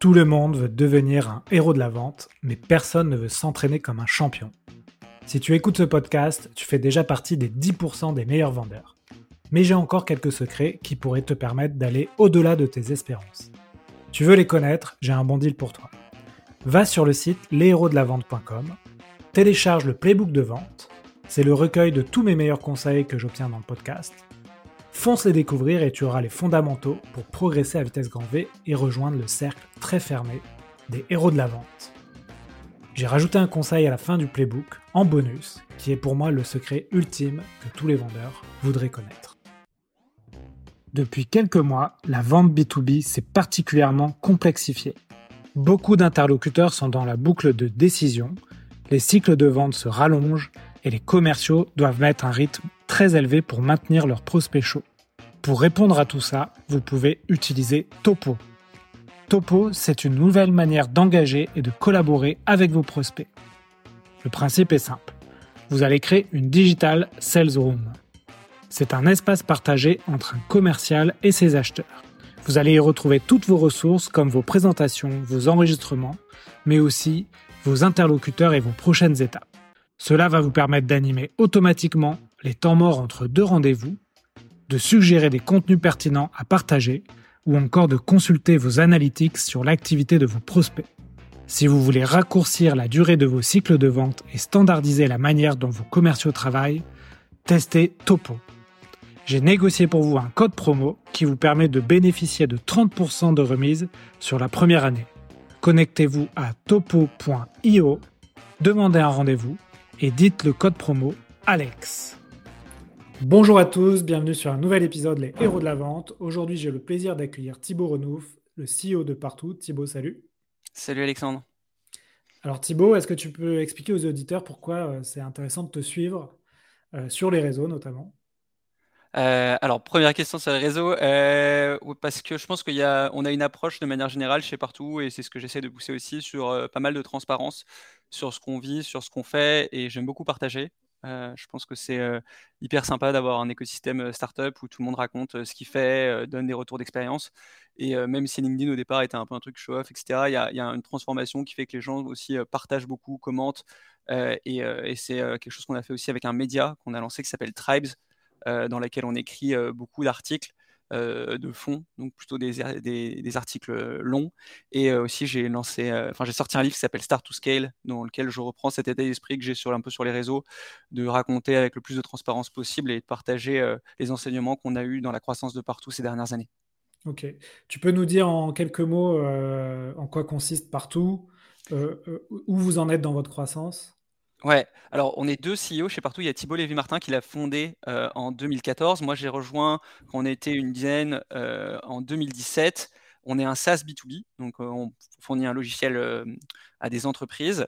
Tout le monde veut devenir un héros de la vente, mais personne ne veut s'entraîner comme un champion. Si tu écoutes ce podcast, tu fais déjà partie des 10% des meilleurs vendeurs. Mais j'ai encore quelques secrets qui pourraient te permettre d'aller au-delà de tes espérances. Tu veux les connaître? J'ai un bon deal pour toi. Va sur le site leshéroesdelavente.com, télécharge le playbook de vente, c'est le recueil de tous mes meilleurs conseils que j'obtiens dans le podcast. Fonce les découvrir et tu auras les fondamentaux pour progresser à vitesse grand V et rejoindre le cercle très fermé des héros de la vente. J'ai rajouté un conseil à la fin du playbook, en bonus, qui est pour moi le secret ultime que tous les vendeurs voudraient connaître. Depuis quelques mois, la vente B2B s'est particulièrement complexifiée. Beaucoup d'interlocuteurs sont dans la boucle de décision, les cycles de vente se rallongent et les commerciaux doivent mettre un rythme très élevé pour maintenir leurs prospects chauds. Pour répondre à tout ça, vous pouvez utiliser Topo. Topo, c'est une nouvelle manière d'engager et de collaborer avec vos prospects. Le principe est simple. Vous allez créer une Digital Sales Room. C'est un espace partagé entre un commercial et ses acheteurs. Vous allez y retrouver toutes vos ressources comme vos présentations, vos enregistrements, mais aussi vos interlocuteurs et vos prochaines étapes. Cela va vous permettre d'animer automatiquement les temps morts entre deux rendez-vous, de suggérer des contenus pertinents à partager ou encore de consulter vos analytics sur l'activité de vos prospects. Si vous voulez raccourcir la durée de vos cycles de vente et standardiser la manière dont vos commerciaux travaillent, testez Topo. J'ai négocié pour vous un code promo qui vous permet de bénéficier de 30% de remise sur la première année. Connectez-vous à topo.io, demandez un rendez-vous et dites le code promo ALEX. Bonjour à tous, bienvenue sur un nouvel épisode Les Héros de la Vente. Aujourd'hui, j'ai le plaisir d'accueillir Thibaut Renouf, le CEO de Partout. Thibaut, salut. Salut Alexandre. Alors Thibaut, est-ce que tu peux expliquer aux auditeurs pourquoi c'est intéressant de te suivre sur les réseaux notamment? Alors, première question sur les réseaux, ouais, parce que je pense on a une approche de manière générale chez Partout, et c'est ce que j'essaie de pousser aussi sur pas mal de transparence sur ce qu'on vit, sur ce qu'on fait, et j'aime beaucoup partager. Je pense que c'est hyper sympa d'avoir un écosystème startup où tout le monde raconte ce qu'il fait, donne des retours d'expérience. Et même si LinkedIn au départ était un peu un truc show-off, etc., il y a une transformation qui fait que les gens aussi partagent beaucoup, commentent. Et c'est quelque chose qu'on a fait aussi avec un média qu'on a lancé qui s'appelle Tribes, dans laquelle on écrit beaucoup d'articles de fond, donc plutôt des articles longs. Et aussi, j'ai sorti un livre qui s'appelle Start to Scale, dans lequel je reprends cet état d'esprit que j'ai un peu sur les réseaux, de raconter avec le plus de transparence possible et de partager les enseignements qu'on a eus dans la croissance de Partout ces dernières années. Ok. Tu peux nous dire en quelques mots en quoi consiste Partout, où vous en êtes dans votre croissance? Ouais, alors on est deux CEO chez Partout. Il y a Thibault Lévy-Martin qui l'a fondé en 2014. Moi, j'ai rejoint quand on était une dizaine en 2017. On est un SaaS B2B, donc on fournit un logiciel à des entreprises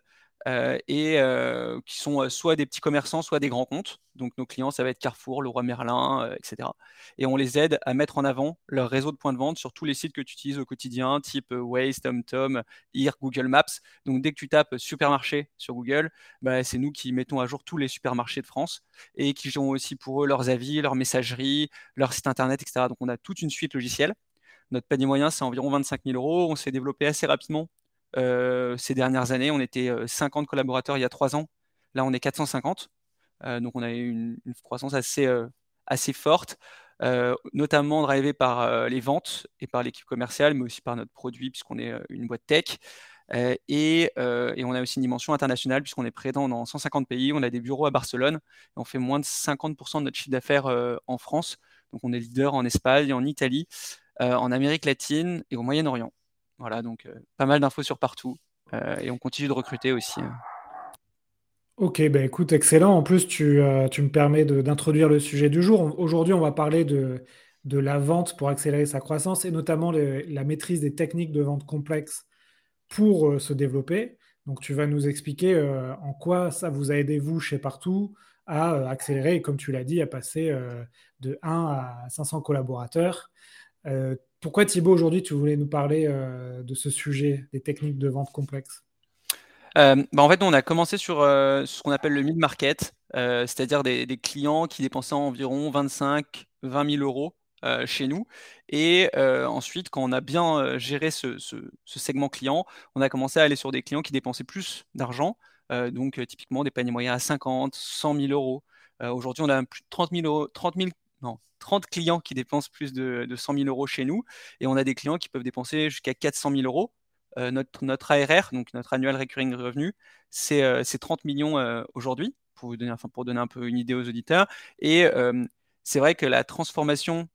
qui sont soit des petits commerçants, soit des grands comptes. Donc nos clients, ça va être Carrefour, Leroy Merlin, etc. Et on les aide à mettre en avant leur réseau de points de vente sur tous les sites que tu utilises au quotidien, type Waze, TomTom, IR, Google Maps. Donc dès que tu tapes supermarché sur Google, c'est nous qui mettons à jour tous les supermarchés de France et qui gérons aussi pour eux leurs avis, leur messagerie, leur site internet, etc. Donc on a toute une suite logicielle. Notre panier moyen, c'est environ 25 000 euros. On s'est développé assez rapidement ces dernières années. On était 50 collaborateurs il y a 3 ans. Là, on est 450. Donc on a eu une croissance assez forte, notamment drivée par les ventes et par l'équipe commerciale, mais aussi par notre produit, puisqu'on est une boîte tech. Et on a aussi une dimension internationale, puisqu'on est présent dans 150 pays. On a des bureaux à Barcelone, et on fait moins de 50% de notre chiffre d'affaires en France. Donc on est leader en Espagne, en Italie, en Amérique latine et au Moyen-Orient. Voilà, donc pas mal d'infos sur Partout. Et on continue de recruter aussi. Ok, ben écoute, excellent. En plus, tu me permets d'introduire le sujet du jour. Aujourd'hui, on va parler de la vente pour accélérer sa croissance et notamment la maîtrise des techniques de vente complexes pour se développer. Donc, tu vas nous expliquer en quoi ça vous a aidé, vous, chez Partout, à accélérer et, comme tu l'as dit, à passer de 1 à 500 collaborateurs. Pourquoi, Thibaut, aujourd'hui, tu voulais nous parler de ce sujet, des techniques de vente complexes? En fait, nous, on a commencé sur ce qu'on appelle le mid-market, c'est-à-dire des clients qui dépensaient environ 25 000 20 000 euros chez nous. Et ensuite, quand on a bien géré ce segment client, on a commencé à aller sur des clients qui dépensaient plus d'argent. Donc, typiquement, des paniers moyens à 50, 100 000 euros. Aujourd'hui, on a plus de 30 000 euros, 30 clients qui dépensent plus de 100 000 euros chez nous. Et on a des clients qui peuvent dépenser jusqu'à 400 000 euros. Notre ARR, donc notre annual recurring revenue, c'est 30 millions aujourd'hui, pour donner un peu une idée aux auditeurs. Et c'est vrai que la transformation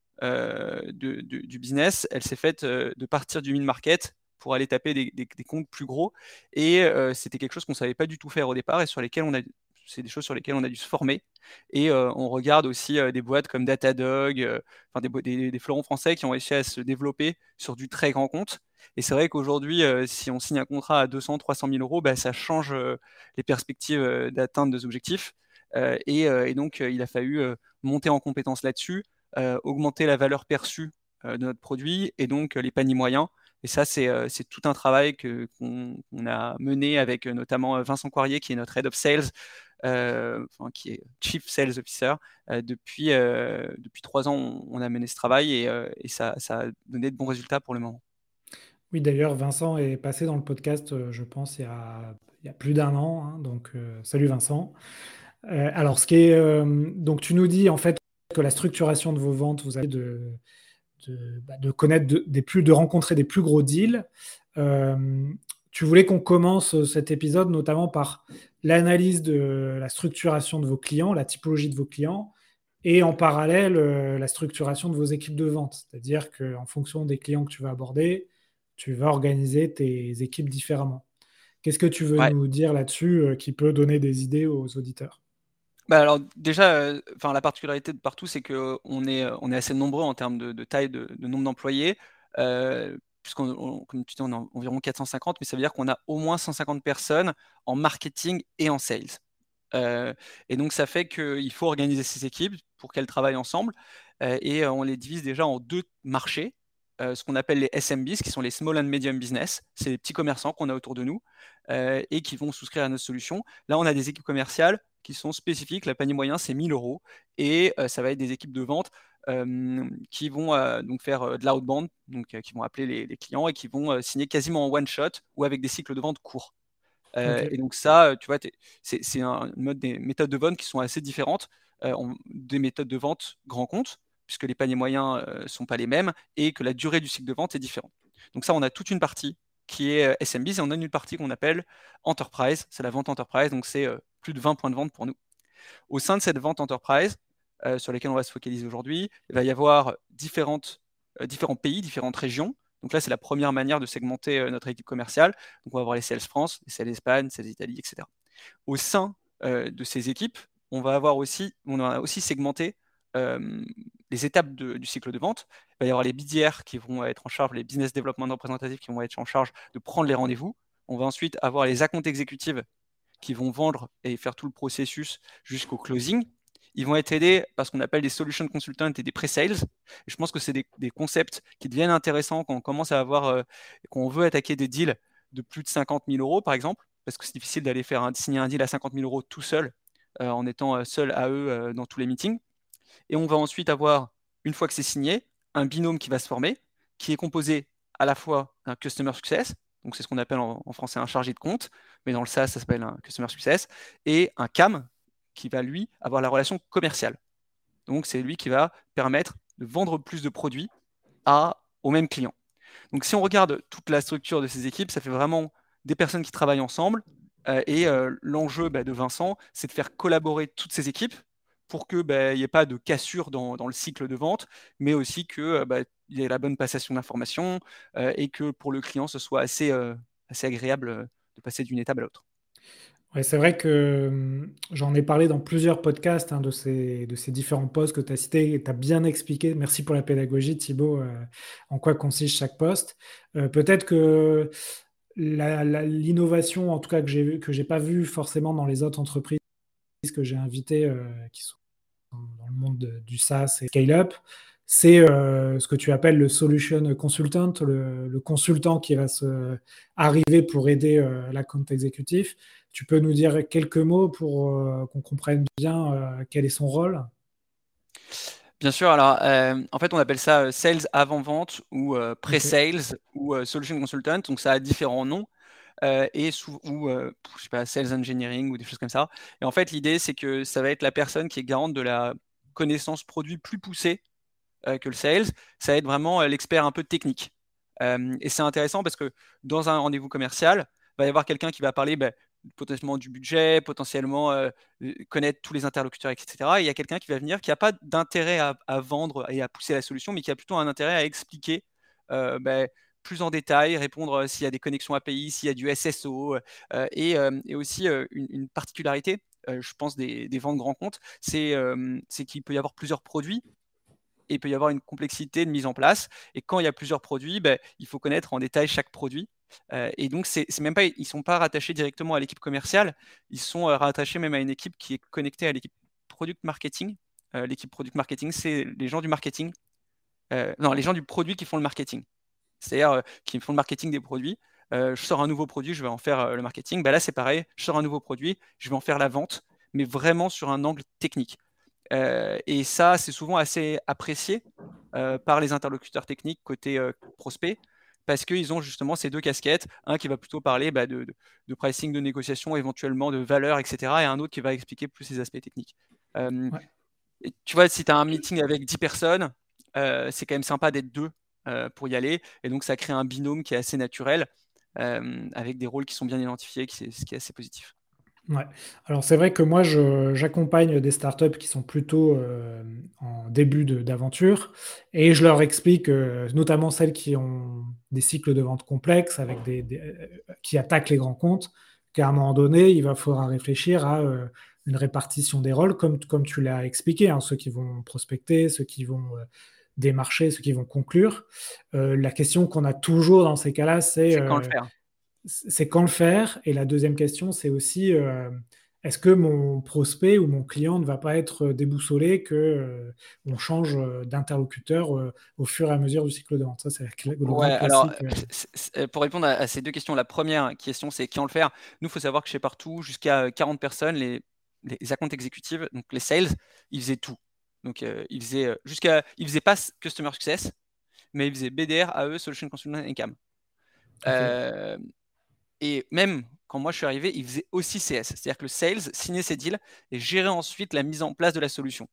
du business, elle s'est faite de partir du mid-market pour aller taper des comptes plus gros. Et c'était quelque chose qu'on ne savait pas du tout faire au départ et c'est des choses sur lesquelles on a dû se former. Et on regarde aussi des boîtes comme Datadog, enfin des fleurons français qui ont réussi à se développer sur du très grand compte. Et c'est vrai qu'aujourd'hui, si on signe un contrat à 200, 300 000 euros, bah, ça change les perspectives d'atteindre des objectifs. Et donc, il a fallu monter en compétence là-dessus, augmenter la valeur perçue de notre produit et donc les paniers moyens. Et ça, c'est tout un travail qu'on a mené avec notamment Vincent Coirier, qui est notre Head of Sales, qui est Chief Sales Officer. Depuis 3 ans, on a mené ce travail et ça a donné de bons résultats pour le moment. Oui, d'ailleurs, Vincent est passé dans le podcast, je pense, il y a plus d'un an, hein, donc salut Vincent. Alors, donc tu nous dis en fait que la structuration de vos ventes, vous avez de connaître de rencontrer des plus gros deals. Euh, Tu voulais qu'on commence cet épisode notamment par l'analyse de la structuration de vos clients, la typologie de vos clients, et en parallèle la structuration de vos équipes de vente. C'est-à-dire qu'en fonction des clients que tu vas aborder, tu vas organiser tes équipes différemment. Qu'est-ce que tu veux Ouais. nous dire là-dessus qui peut donner des idées aux auditeurs? Bah alors déjà, la particularité de partout, c'est qu'on est assez nombreux en termes de taille, de nombre d'employés, comme tu dis, on a environ 450, mais ça veut dire qu'on a au moins 150 personnes en marketing et en sales. Et donc ça fait qu'il faut organiser ces équipes pour qu'elles travaillent ensemble. Et on les divise déjà en 2 marchés, ce qu'on appelle les SMBs, qui sont les Small and Medium Business. C'est les petits commerçants qu'on a autour de nous et qui vont souscrire à notre solution. Là, on a des équipes commerciales qui sont spécifiques. Le panier moyen, c'est 1 000 euros. Et ça va être des équipes de vente qui vont donc faire de l'outbound, donc qui vont appeler les clients et qui vont signer quasiment en one shot ou avec des cycles de vente courts. Ok. Et donc ça, tu vois, c'est des méthodes de vente qui sont assez différentes des méthodes de vente grand compte, puisque les paniers moyens ne sont pas les mêmes et que la durée du cycle de vente est différente. Donc ça, on a toute une partie qui est SMBs et on a une partie qu'on appelle Enterprise. C'est la vente Enterprise, donc c'est plus de 20 points de vente pour nous. Au sein de cette vente Enterprise, sur lesquelles on va se focaliser aujourd'hui, il va y avoir différents pays, différentes régions. Donc là, c'est la première manière de segmenter notre équipe commerciale. Donc on va avoir les sales France, les sales Espagne, les sales Italie, etc. Au sein de ces équipes, on a aussi segmenté les étapes du cycle de vente. Il va y avoir les BDR qui vont être en charge, les business development représentatifs qui vont être en charge de prendre les rendez-vous. On va ensuite avoir les account exécutives qui vont vendre et faire tout le processus jusqu'au closing. Ils vont être aidés par ce qu'on appelle des solution consultants et des pre-sales. Et je pense que c'est des concepts qui deviennent intéressants quand on commence à avoir, quand on veut attaquer des deals de plus de 50 000 euros, par exemple, parce que c'est difficile d'aller signer un deal à 50 000 euros tout seul, en étant seul à eux dans tous les meetings. Et on va ensuite avoir, une fois que c'est signé, un binôme qui va se former, qui est composé à la fois d'un customer success, donc c'est ce qu'on appelle en français un chargé de compte, mais dans le SaaS, ça s'appelle un customer success, et un CAM qui va, lui, avoir la relation commerciale. Donc c'est lui qui va permettre de vendre plus de produits aux mêmes clients. Donc si on regarde toute la structure de ces équipes, ça fait vraiment des personnes qui travaillent ensemble. Et l'enjeu de Vincent, c'est de faire collaborer toutes ces équipes pour qu'il n'y ait pas de cassure dans le cycle de vente, mais aussi qu'il y ait la bonne passation d'informations et que pour le client, ce soit assez agréable de passer d'une étape à l'autre. Ouais, c'est vrai que j'en ai parlé dans plusieurs podcasts hein, de ces différents postes que tu as cités et tu as bien expliqué. Merci pour la pédagogie, Thibaut, en quoi consiste chaque poste. Peut-être que l'innovation, en tout cas que j'ai pas vu forcément dans les autres entreprises que j'ai invitées qui sont dans le monde du SaaS et scale-up, c'est ce que tu appelles le solution consultant, le consultant qui va arriver pour aider l'account exécutif. Tu peux nous dire quelques mots pour qu'on comprenne bien quel est son rôle? Bien sûr, alors en fait, on appelle ça sales avant-vente ou Ok. pre-sales ou solution consultant, donc ça a différents noms. Ou je sais pas, sales engineering ou des choses comme ça. Et en fait, l'idée, c'est que ça va être la personne qui est garante de la connaissance produit plus poussée que le sales. Ça va être vraiment l'expert un peu technique. Et c'est intéressant parce que dans un rendez-vous commercial, il va y avoir quelqu'un qui va parler potentiellement du budget, potentiellement connaître tous les interlocuteurs, etc. Et il y a quelqu'un qui va venir qui n'a pas d'intérêt à vendre et à pousser la solution, mais qui a plutôt un intérêt à expliquer bah, plus en détail, répondre s'il y a des connexions API, s'il y a du SSO, et aussi une particularité, je pense, des ventes grands comptes, c'est qu'il peut y avoir plusieurs produits et il peut y avoir une complexité de mise en place. Et quand il y a plusieurs produits, il faut connaître en détail chaque produit. Et donc, c'est même pas, ils ne sont pas rattachés directement à l'équipe commerciale, ils sont rattachés même à une équipe qui est connectée à l'équipe product marketing. L'équipe product marketing, c'est les gens du marketing, non, les gens du produit qui font le marketing, c'est-à-dire qui font le marketing des produits. Je sors un nouveau produit, je vais en faire le marketing. Là, c'est pareil, je sors un nouveau produit, je vais en faire la vente, mais vraiment sur un angle technique. Et ça, c'est souvent assez apprécié par les interlocuteurs techniques côté prospect, parce qu'ils ont justement ces deux casquettes, un qui va plutôt parler de pricing, de négociation, éventuellement de valeur, etc., et un autre qui va expliquer plus les aspects techniques. Euh, Ouais. et tu vois, si tu as un meeting avec 10 personnes, c'est quand même sympa d'être deux pour y aller, et donc ça crée un binôme qui est assez naturel, avec des rôles qui sont bien identifiés, ce qui est assez positif. Ouais. Alors c'est vrai que moi j'accompagne des startups qui sont plutôt, en début d'aventure et je leur explique, notamment celles qui ont des cycles de vente complexes avec qui attaquent les grands comptes, qu'à un moment donné, il va falloir réfléchir à, une répartition des rôles comme tu l'as expliqué, hein, ceux qui vont prospecter, ceux qui vont, démarcher, ceux qui vont conclure. La question qu'on a toujours dans ces cas-là, C'est quand le faire. c'est quand le faire? Et la deuxième question, c'est aussi, est-ce que mon prospect ou mon client ne va pas être déboussolé que, on change, d'interlocuteur, au fur et à mesure du cycle de vente? Ça, c'est le grand Ouais, alors, classique, pour répondre à ces deux questions, la première question, c'est qui en le faire. Nous, il faut savoir que chez Partout, jusqu'à 40 personnes, les account exécutives, donc les sales, ils faisaient tout. Donc, ils faisaient pas Customer Success, mais ils faisaient BDR, AE, Solution Consultant et CAM. OK, Euh, et même quand moi je suis arrivé, ils faisaient aussi CS. C'est-à-dire que le sales signait ses deals et gérait ensuite la mise en place de la solution.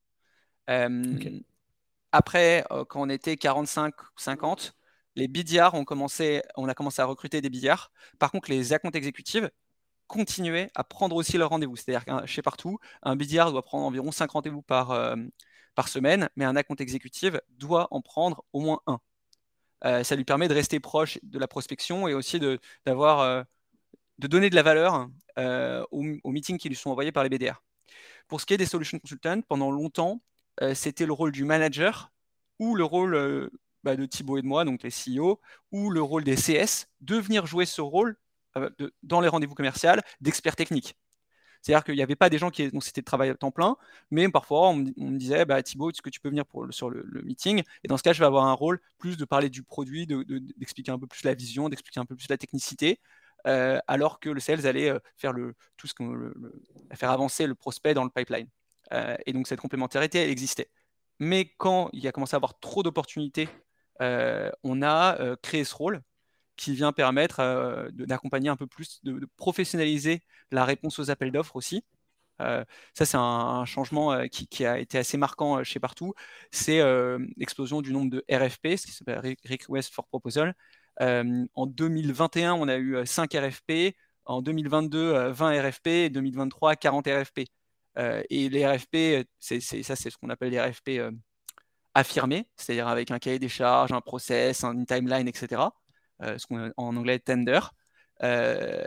OK, Euh, Après, quand on était 45-50, les BDR on a commencé à recruter des BDR. Par contre, les account exécutives continuaient à prendre aussi leur rendez-vous. C'est-à-dire que chez Partout, un BDR doit prendre environ 5 rendez-vous par semaine, mais un account exécutif doit en prendre au moins un. Ça lui permet de rester proche de la prospection et aussi d'avoir, de donner de la valeur aux meetings qui lui sont envoyés par les BDR. Pour ce qui est des solution consultants, pendant longtemps, c'était le rôle du manager ou le rôle de Thibaut et de moi, donc les CEO, ou le rôle des CS, de venir jouer ce rôle dans les rendez-vous commerciaux d'experts techniques. C'est-à-dire qu'il n'y avait pas des gens dont c'était de travail à temps plein, mais parfois on me disait Thibaut, est-ce que tu peux venir sur le meeting? Et dans ce cas, je vais avoir un rôle plus de parler du produit, d'expliquer un peu plus la vision, d'expliquer un peu plus la technicité, alors que le sales allait faire tout ce qu'on faire avancer le prospect dans le pipeline. Et donc cette complémentarité, elle existait. Mais quand il a commencé à avoir trop d'opportunités, on a créé ce rôle qui vient permettre d'accompagner un peu plus, de professionnaliser la réponse aux appels d'offres aussi. Ça, c'est un changement qui a été assez marquant chez Partout. C'est l'explosion du nombre de RFP, ce qui s'appelle Request for Proposal. En 2021, on a eu 5 RFP. En 2022, 20 RFP. Et 2023, 40 RFP. Et les RFP, ça, c'est ce qu'on appelle les RFP affirmés, c'est-à-dire avec un cahier des charges, un process, une timeline, etc. Ce qu'on en anglais tender. Euh,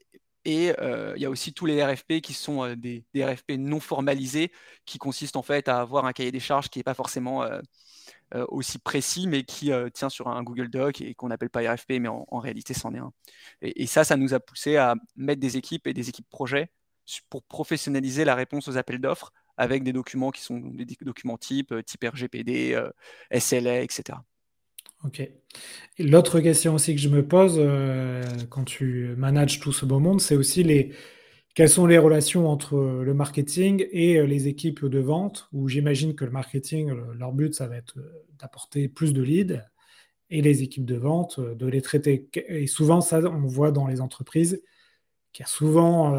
il y a aussi tous les RFP qui sont des RFP non formalisés, qui consistent en fait à avoir un cahier des charges qui n'est pas forcément aussi précis, mais qui tient sur un Google Doc et qu'on n'appelle pas RFP, mais en réalité, c'en est un. Et ça nous a poussé à mettre des équipes et des équipes projets pour professionnaliser la réponse aux appels d'offres avec des documents qui sont des documents type RGPD, SLA, etc. OK. Et l'autre question aussi que je me pose, quand tu manages tout ce beau monde, c'est aussi Quelles sont les relations entre le marketing et les équipes de vente, où j'imagine que le marketing, leur but, ça va être d'apporter plus de leads, et les équipes de vente, de les traiter. Et souvent, ça, on voit dans les entreprises qu'il y a souvent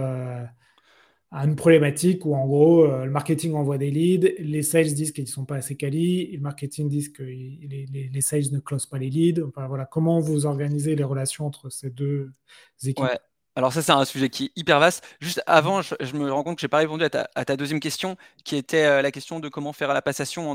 une problématique où, en gros, le marketing envoie des leads, les sales disent qu'ils ne sont pas assez quali, et le marketing disent que les sales ne closent pas les leads. Enfin, voilà, comment vous organisez les relations entre ces deux équipes? Ouais. Alors ça, c'est un sujet qui est hyper vaste. Juste avant, je me rends compte que j'ai pas répondu à ta deuxième question, qui était la question de comment faire la passation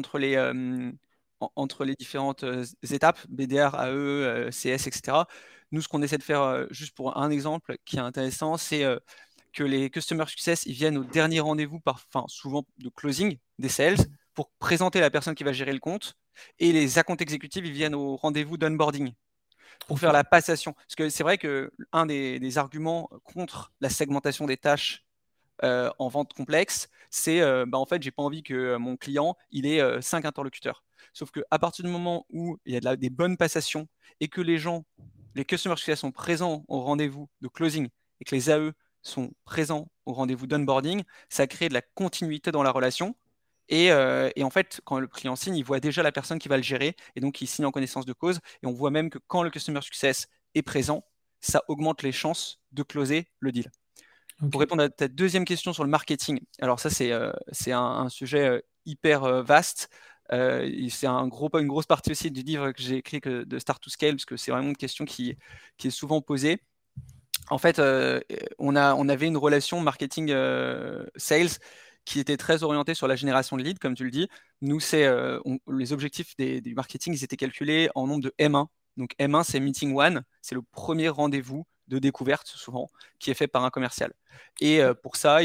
entre les différentes étapes, BDR, AE, CS, etc. Nous, ce qu'on essaie de faire, juste pour un exemple qui est intéressant, c'est que les Customer Success, ils viennent au dernier rendez-vous, enfin, souvent de closing des sales, pour présenter la personne qui va gérer le compte. Et les account exécutifs, ils viennent au rendez-vous d'onboarding pour Ok. faire la passation. Parce que c'est vrai que un des arguments contre la segmentation des tâches en vente complexe, c'est en fait, j'ai pas envie que mon client il ait 5 interlocuteurs. Sauf qu'à partir du moment où il y a des bonnes passations et que les customer success sont présents au rendez-vous de closing et que les AE sont présents au rendez-vous d'onboarding, ça crée de la continuité dans la relation. Et en fait, quand le client signe, il voit déjà la personne qui va le gérer et donc il signe en connaissance de cause. Et on voit même que quand le customer success est présent, ça augmente les chances de closer le deal. Pour Ok. répondre à ta deuxième question sur le marketing, alors ça c'est un sujet hyper vaste. C'est une grosse partie aussi du livre que j'ai écrit de Start to Scale, parce que c'est vraiment une question qui est souvent posée. En fait, on avait une relation marketing sales qui était très orientée sur la génération de leads, comme tu le dis. Nous, les objectifs du marketing, ils étaient calculés en nombre de M1. Donc M1, c'est Meeting One, c'est le premier rendez-vous de découverte, souvent, qui est fait par un commercial. Et pour ça,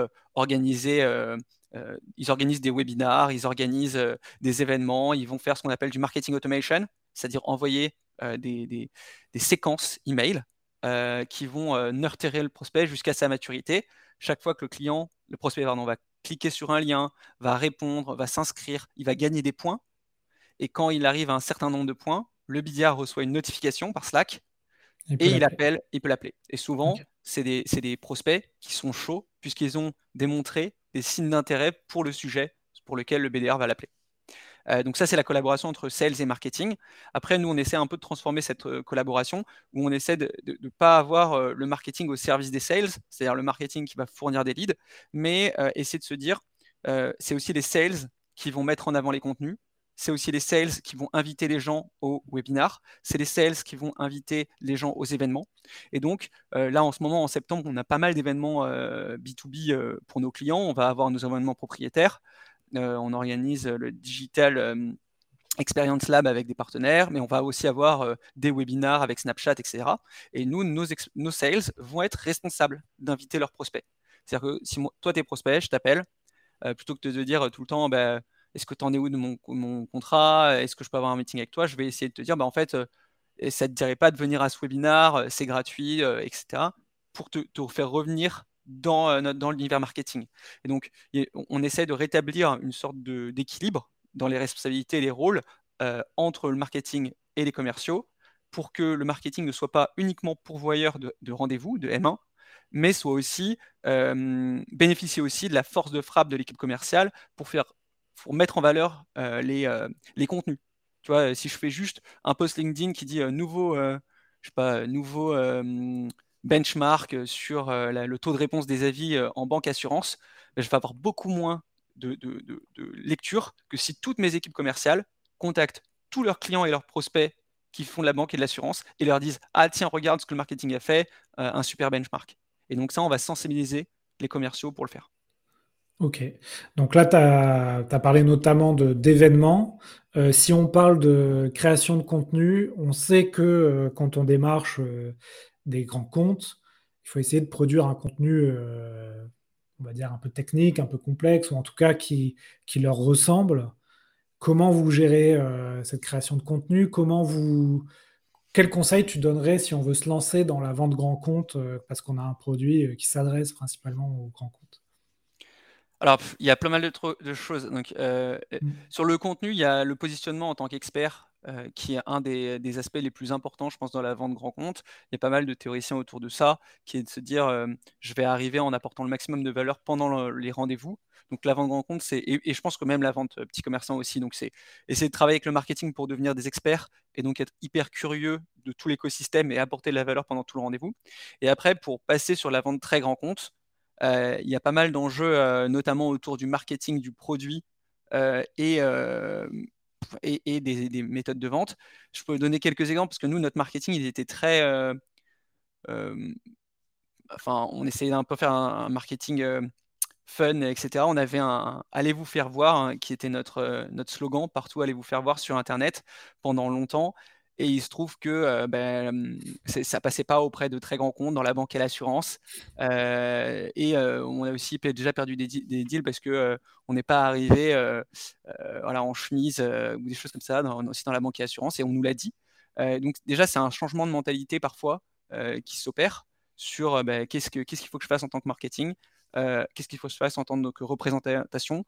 ils organisent des webinars, ils organisent des événements, ils vont faire ce qu'on appelle du marketing automation, c'est-à-dire envoyer des séquences email qui vont nurturer le prospect jusqu'à sa maturité. Chaque fois que le prospect pardon, va cliquer sur un lien, va répondre, va s'inscrire, il va gagner des points. Et quand il arrive à un certain nombre de points, le BDR reçoit une notification par Slack Il peut et l'appeler. il peut l'appeler. Et souvent, Ok. c'est des prospects qui sont chauds puisqu'ils ont démontré des signes d'intérêt pour le sujet pour lequel le BDR va l'appeler. Donc ça, c'est la collaboration entre sales et marketing. Après, nous, on essaie un peu de transformer cette collaboration où on essaie de ne pas avoir le marketing au service des sales, c'est-à-dire le marketing qui va fournir des leads, mais essayer de se dire, c'est aussi les sales qui vont mettre en avant les contenus, c'est aussi les sales qui vont inviter les gens au webinar, c'est les sales qui vont inviter les gens aux événements. Et donc, là, en ce moment, en septembre, on a pas mal d'événements B2B pour nos clients. On va avoir nos événements propriétaires. On organise le Digital Experience Lab avec des partenaires, mais on va aussi avoir des webinars avec Snapchat, etc. Et nous, nos sales vont être responsables d'inviter leurs prospects. C'est-à-dire que si toi, tu es prospect, je t'appelle, plutôt que de te dire tout le temps, bah, est-ce que tu en es où de mon contrat? Est-ce que je peux avoir un meeting avec toi? Je vais essayer de te dire, bah, en fait, ça ne te dirait pas de venir à ce webinar, c'est gratuit, etc. pour te faire revenir dans l'univers marketing. Et donc, on essaie de rétablir une sorte d'équilibre dans les responsabilités et les rôles entre le marketing et les commerciaux pour que le marketing ne soit pas uniquement pourvoyeur de rendez-vous, de M1, mais soit aussi bénéficier aussi de la force de frappe de l'équipe commerciale pour mettre en valeur les contenus. Tu vois, si je fais juste un post LinkedIn qui dit je sais pas, nouveau benchmark sur le taux de réponse des avis en banque assurance, ben, je vais avoir beaucoup moins de lecture que si toutes mes équipes commerciales contactent tous leurs clients et leurs prospects qui font de la banque et de l'assurance et leur disent ah tiens regarde ce que le marketing a fait, un super benchmark. Et donc ça on va sensibiliser les commerciaux pour le faire. Ok. Donc là, tu as parlé notamment d'événements. Si on parle de création de contenu, on sait que quand on démarche des grands comptes, il faut essayer de produire un contenu, on va dire, un peu technique, un peu complexe, ou en tout cas qui leur ressemble. Comment vous gérez cette création de contenu? Quel conseil tu donnerais si on veut se lancer dans la vente grand compte parce qu'on a un produit qui s'adresse principalement aux grands comptes? Alors, il y a plein mal de choses. Donc, Mm. sur le contenu, il y a le positionnement en tant qu'expert qui est un des aspects les plus importants, je pense, dans la vente grand compte. Il y a pas mal de théoriciens autour de ça, qui est de se dire, je vais arriver en apportant le maximum de valeur pendant les rendez-vous. Donc la vente grand compte, et je pense que même la vente petit commerçant aussi, donc c'est essayer de travailler avec le marketing pour devenir des experts et donc être hyper curieux de tout l'écosystème et apporter de la valeur pendant tout le rendez-vous. Et après, pour passer sur la vente très grand compte, il y a pas mal d'enjeux, notamment autour du marketing du produit euh, et, euh, et des méthodes de vente. Je peux donner quelques exemples parce que nous, notre marketing, il était très. Euh, enfin, on essayait d'un peu faire un marketing fun, etc. On avait un Allez vous faire voir qui était notre slogan partout, allez vous faire voir sur Internet pendant longtemps. Et il se trouve que ça passait pas auprès de très grands comptes dans la banque et l'assurance. On a aussi déjà perdu des deals parce que on n'est pas arrivé voilà, en chemise ou des choses comme ça, aussi dans la banque et l'assurance, et on nous l'a dit. Donc déjà, c'est un changement de mentalité parfois qui s'opère sur qu'est-ce qu'il faut que je fasse en tant que marketing, qu'est-ce qu'il faut que je fasse en tant que représentation,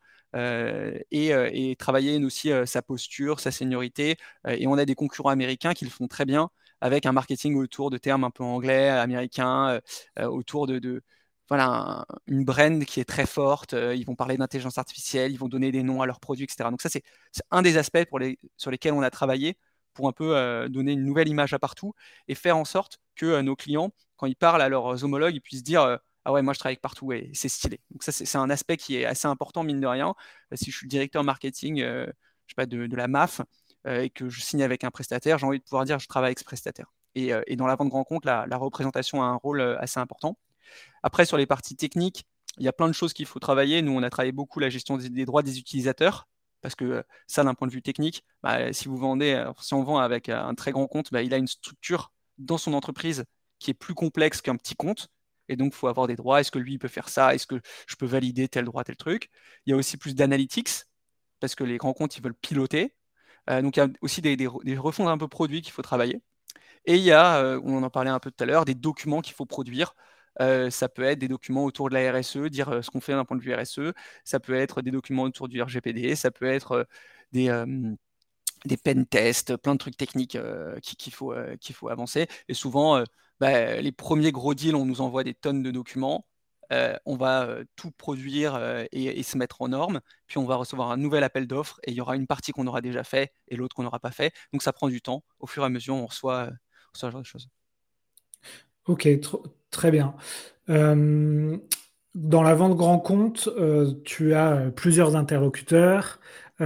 et travailler aussi sa posture, sa seniorité. Et on a des concurrents américains qui le font très bien avec un marketing autour de termes un peu anglais, américains, autour voilà, une brand qui est très forte. Ils vont parler d'intelligence artificielle, ils vont donner des noms à leurs produits, etc. Donc ça, c'est un des aspects sur lesquels on a travaillé pour un peu donner une nouvelle image à partout et faire en sorte que nos clients, quand ils parlent à leurs homologues, ils puissent dire ah ouais, moi je travaille avec partout et c'est stylé. Donc ça, c'est un aspect qui est assez important, mine de rien. Si je suis directeur marketing je sais pas, de la MAF et que je signe avec un prestataire, j'ai envie de pouvoir dire je travaille avec ce prestataire. Et dans la vente grand compte, la représentation a un rôle assez important. Après, sur les parties techniques, il y a plein de choses qu'il faut travailler. Nous, on a travaillé beaucoup la gestion des droits des utilisateurs. Parce que ça, d'un point de vue technique, si vous vendez, si on vend avec un très grand compte, il a une structure dans son entreprise qui est plus complexe qu'un petit compte. Et donc, il faut avoir des droits. Est-ce que lui, il peut faire ça? Est-ce que je peux valider tel droit, tel truc? Il y a aussi plus d'analytics, parce que les grands comptes, ils veulent piloter. Donc, il y a aussi des refonds un peu produits qu'il faut travailler. Et il y a, on en parlait un peu tout à l'heure, des documents qu'il faut produire. Ça peut être des documents autour de la RSE, dire ce qu'on fait d'un point de vue RSE. Ça peut être des documents autour du RGPD. Ça peut être des, euh, des pen tests, plein de trucs techniques qu'il faut avancer. Et souvent, les premiers gros deals, on nous envoie des tonnes de documents. On va tout produire et se mettre en norme. Puis on va recevoir un nouvel appel d'offres et il y aura une partie qu'on aura déjà fait et l'autre qu'on n'aura pas fait. Donc ça prend du temps. Au fur et à mesure, on reçoit ce genre de choses. Ok, très bien. Euh, Dans la vente grand compte, tu as plusieurs interlocuteurs.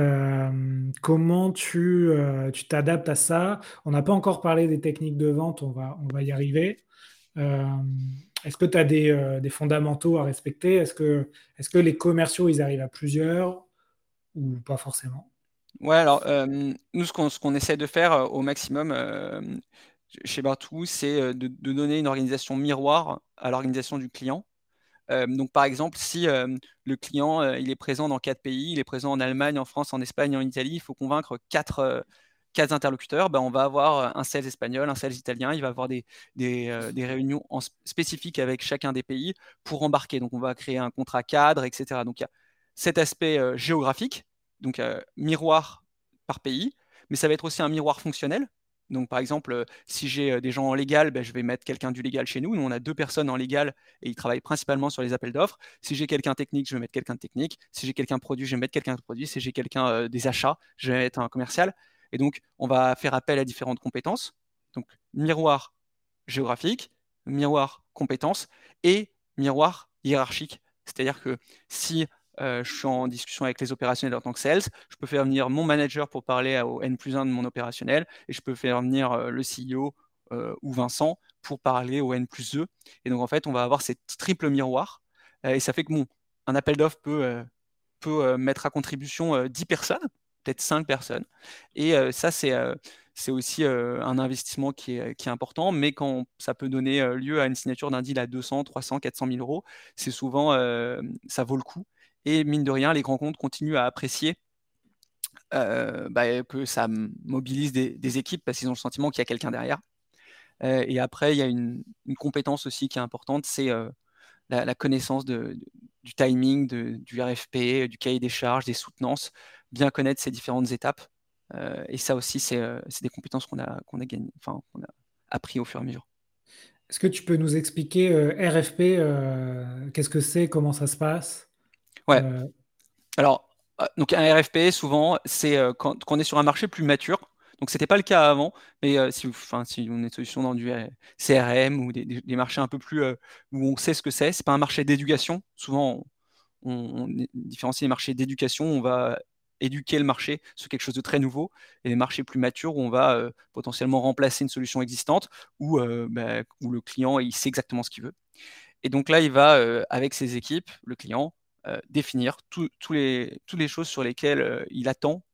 Comment tu t'adaptes à ça? On n'a pas encore parlé des techniques de vente, on va y arriver. Euh, Est-ce que tu as des fondamentaux à respecter? Est-ce que les commerciaux, ils arrivent à plusieurs ou pas forcément? Ouais, alors nous, ce qu'on essaie de faire au maximum chez Bartou, c'est de donner une organisation miroir à l'organisation du client. Donc, par exemple, si le client il est présent dans 4 pays, il est présent en Allemagne, en France, en Espagne, en Italie, il faut convaincre quatre interlocuteurs, on va avoir un sales espagnol, un sales italien, il va avoir des réunions spécifiques avec chacun des pays pour embarquer. Donc, on va créer un contrat cadre, etc. Donc, il y a cet aspect géographique, donc miroir par pays, mais ça va être aussi un miroir fonctionnel. Donc, par exemple, si j'ai des gens en légal, je vais mettre quelqu'un du légal chez nous. Nous, on a 2 personnes en légal et ils travaillent principalement sur les appels d'offres. Si j'ai quelqu'un technique, je vais mettre quelqu'un de technique. Si j'ai quelqu'un produit, je vais mettre quelqu'un de produit. Si j'ai quelqu'un des achats, je vais mettre un commercial. Et donc, on va faire appel à différentes compétences. Donc, miroir géographique, miroir compétences et miroir hiérarchique. C'est-à-dire que si je suis en discussion avec les opérationnels en tant que sales, je peux faire venir mon manager pour parler au N+1 de mon opérationnel et je peux faire venir le CEO ou Vincent pour parler au N+2. Et donc, en fait, on va avoir ces triple miroirs et ça fait que un appel d'offres peut mettre à contribution 10 personnes, peut-être 5 personnes. Et ça, c'est aussi un investissement qui est important, mais quand ça peut donner lieu à une signature d'un deal à 200, 300, 400 000 euros, c'est souvent, ça vaut le coup. Et mine de rien, les grands comptes continuent à apprécier que ça mobilise des équipes parce qu'ils ont le sentiment qu'il y a quelqu'un derrière. Et après, il y a une compétence aussi qui est importante, c'est la connaissance du timing, du RFP, du cahier des charges, des soutenances, bien connaître ces différentes étapes. Et ça aussi, c'est des compétences qu'on a gagné, enfin, qu'on a appris au fur et à mesure. Est-ce que tu peux nous expliquer RFP, qu'est-ce que c'est, comment ça se passe? Ouais. Euh, Alors, donc un RFP, souvent, c'est quand on est sur un marché plus mature. Donc, c'était pas le cas avant, mais si on est une solution dans du CRM ou des marchés un peu plus où on sait ce que c'est pas un marché d'éducation. Souvent, on différencie les marchés d'éducation, on va éduquer le marché sur quelque chose de très nouveau, et les marchés plus matures où on va potentiellement remplacer une solution existante où le client il sait exactement ce qu'il veut. Et donc là, il va, avec ses équipes, le client, définir toutes les choses sur lesquelles il attend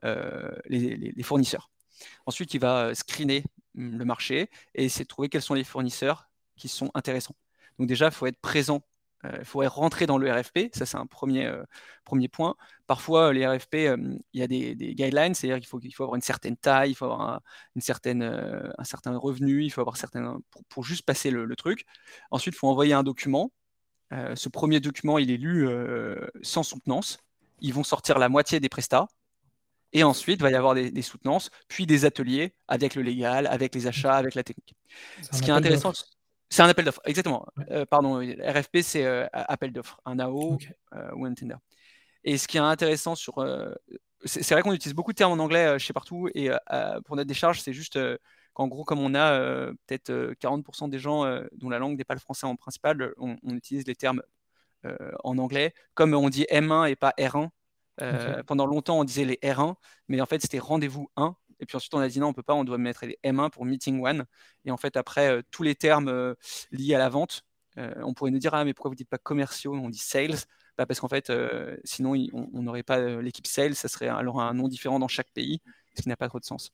les fournisseurs. Ensuite, il va screener le marché et essayer de trouver quels sont les fournisseurs qui sont intéressants. Donc déjà, il faut être présent, il faut rentrer dans le RFP, ça c'est un premier point. Parfois, les RFP, il y a des guidelines, c'est-à-dire qu'il faut avoir une certaine taille, il faut avoir un certain revenu, il faut avoir pour juste passer le truc. Ensuite, il faut envoyer un document. Ce premier document, il est lu sans soutenance. Ils vont sortir la moitié des prestats. Et ensuite, il va y avoir des soutenances, puis des ateliers avec le légal, avec les achats, avec la technique. c'est Ce un qui est appel intéressant, d'offres. c'est un appel d'offres, exactement. Ouais. Pardon, RFP, c'est appel d'offres, un AO Ok. ou un tender. Et ce qui est intéressant c'est vrai qu'on utilise beaucoup de termes en anglais chez partout, et pour notre décharge, c'est juste qu'en gros, comme on a peut-être 40% des gens dont la langue n'est pas le français en principal, on utilise les termes en anglais. Comme on dit M1 et pas R1, Ok. pendant longtemps on disait les R1, mais en fait c'était rendez-vous 1. Et puis ensuite on a dit non, on peut pas, on doit mettre les M1 pour meeting 1. Et en fait après, tous les termes liés à la vente, on pourrait nous dire ah mais pourquoi vous dites pas commerciaux, on dit sales. Parce qu'en fait sinon on n'aurait pas l'équipe sales, ça serait alors un nom différent dans chaque pays, ce qui n'a pas trop de sens.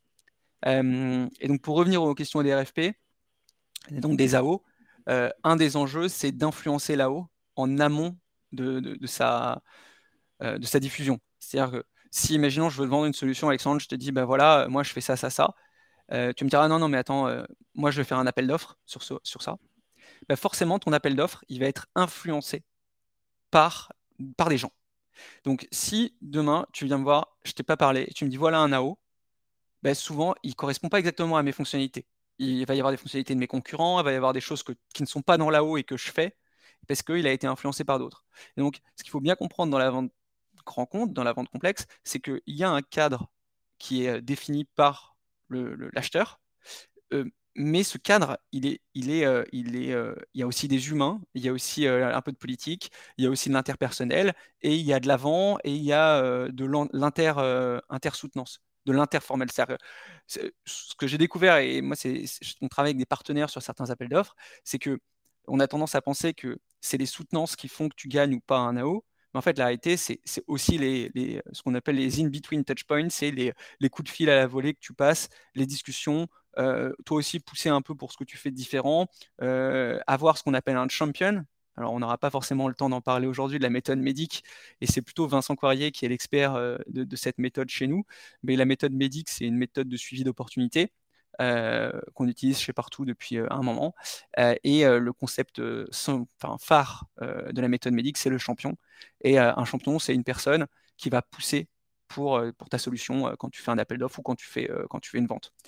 Et donc pour revenir aux questions des RFP, et donc des AO, un des enjeux, c'est d'influencer l'AO en amont de sa diffusion. C'est-à-dire que si, imaginons, je veux te vendre une solution, Alexandre, je te dis, bah voilà, moi je fais ça, ça, ça. Tu me diras, non, non, mais attends, moi je vais faire un appel d'offres sur ça. Bah forcément, ton appel d'offres, il va être influencé par, par des gens. Donc, si demain, tu viens me voir, je t'ai pas parlé, et tu me dis, voilà un AO, bah, souvent, il ne correspond pas exactement à mes fonctionnalités. Il va y avoir des fonctionnalités de mes concurrents, il va y avoir des choses qui ne sont pas dans l'AO et que je fais, parce qu'il a été influencé par d'autres. Et donc, ce qu'il faut bien comprendre dans la vente grand compte, dans la vente complexe, c'est qu'il y a un cadre qui est défini par l'acheteur, mais ce cadre, il y a aussi des humains, il y a aussi un peu de politique, il y a aussi de l'interpersonnel, et il y a de l'avant, et il y a de l'intersoutenance, de l'interformel. Ce que j'ai découvert, et moi, on travaille avec des partenaires sur certains appels d'offres, c'est que on a tendance à penser que c'est les soutenances qui font que tu gagnes ou pas un AO. Mais en fait, la réalité, c'est aussi ce qu'on appelle les in-between touch points, c'est les coups de fil à la volée que tu passes, les discussions, toi aussi pousser un peu pour ce que tu fais de différent, avoir ce qu'on appelle un champion. Alors, on n'aura pas forcément le temps d'en parler aujourd'hui de la méthode médic, et c'est plutôt Vincent Coirier qui est l'expert de cette méthode chez nous. Mais la méthode médic, c'est une méthode de suivi d'opportunité qu'on utilise chez partout depuis un moment. Et le concept phare de la méthode médic, c'est le champion. Et un champion, c'est une personne qui va pousser pour ta solution quand tu fais un appel d'offres ou quand tu fais une vente.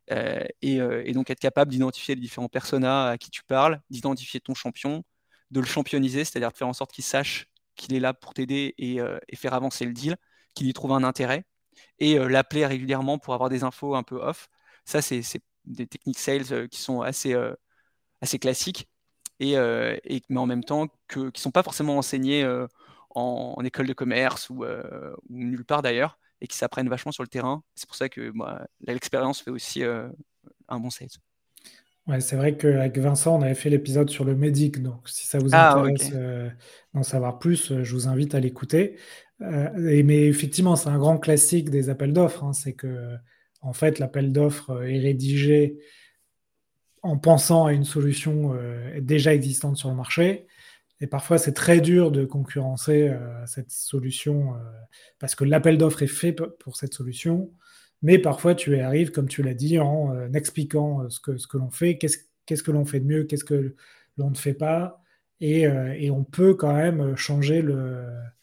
Et donc être capable d'identifier les différents personas à qui tu parles, d'identifier ton champion, de le championiser, c'est-à-dire de faire en sorte qu'il sache qu'il est là pour t'aider et faire avancer le deal, qu'il y trouve un intérêt, et l'appeler régulièrement pour avoir des infos un peu off. Ça, c'est des techniques sales qui sont assez classiques, mais en même temps qui ne sont pas forcément enseignées en école de commerce ou nulle part d'ailleurs, et qui s'apprennent vachement sur le terrain. C'est pour ça que l'expérience fait aussi un bon sales. Ouais, c'est vrai qu'avec Vincent, on avait fait l'épisode sur le médic. Donc, si ça vous Ah, ok. intéresse d'en savoir plus, je vous invite à l'écouter. Mais effectivement, c'est un grand classique des appels d'offres, hein. C'est que, en fait, l'appel d'offres est rédigé en pensant à une solution déjà existante sur le marché. Et parfois, c'est très dur de concurrencer cette solution parce que l'appel d'offres est fait pour cette solution. Mais parfois, tu y arrives, comme tu l'as dit, en expliquant ce que l'on fait, qu'est-ce que l'on fait de mieux, qu'est-ce que l'on ne fait pas. Et on peut quand même changer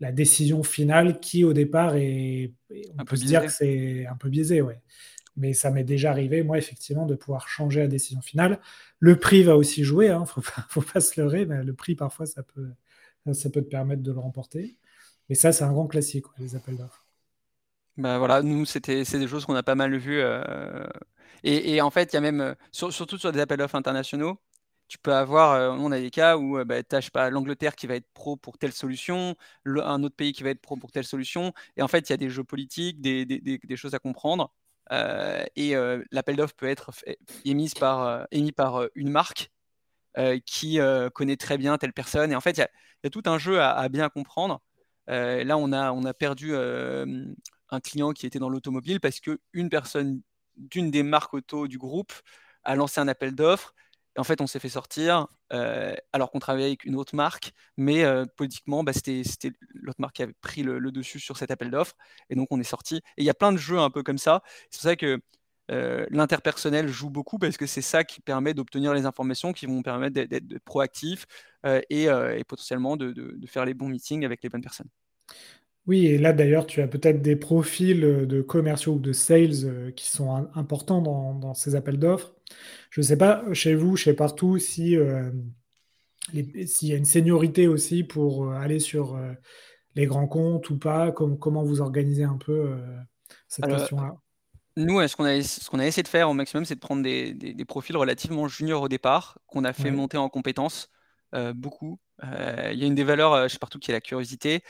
la décision finale qui, au départ, on Un peut peu se dire que biaisé. c'est un peu biaisé, ouais. Mais ça m'est déjà arrivé, moi, effectivement, de pouvoir changer la décision finale. Le prix va aussi jouer, hein, faut pas se leurrer, mais le prix, parfois, ça peut te permettre de le remporter. Mais ça, c'est un grand classique, ouais, les appels d'offres. Bah, voilà, nous, c'est des choses qu'on a pas mal vues. Et en fait, il y a même, surtout sur des appels d'offres internationaux, tu peux avoir, on a des cas où bah, tu as, je sais pas, l'Angleterre qui va être pro pour telle solution, un autre pays qui va être pro pour telle solution. Et en fait, il y a des jeux politiques, des choses à comprendre. Et l'appel d'offres peut être émis par une marque qui connaît très bien telle personne. Et en fait, il y a tout un jeu à bien comprendre. Là, on a perdu un client qui était dans l'automobile parce qu'une personne d'une des marques auto du groupe a lancé un appel d'offres. Et en fait, on s'est fait sortir alors qu'on travaillait avec une autre marque, mais politiquement, bah, c'était l'autre marque qui avait pris le dessus sur cet appel d'offres. Et donc, on est sorti. Et il y a plein de jeux un peu comme ça. C'est pour ça que l'interpersonnel joue beaucoup parce que c'est ça qui permet d'obtenir les informations qui vont permettre d'être proactif et potentiellement de faire les bons meetings avec les bonnes personnes. Oui, et là d'ailleurs, tu as peut-être des profils de commerciaux ou de sales qui sont importants dans ces appels d'offres. Je ne sais pas chez vous, chez Partout, si, s'il y a une seniorité aussi pour aller sur les grands comptes ou pas, comment vous organisez un peu cette Alors, question-là. nous, ce qu'on a essayé de faire au maximum, c'est de prendre des profils relativement juniors au départ, qu'on a fait Ouais. monter en compétences beaucoup. Il y a une des valeurs chez Partout qui est la curiosité.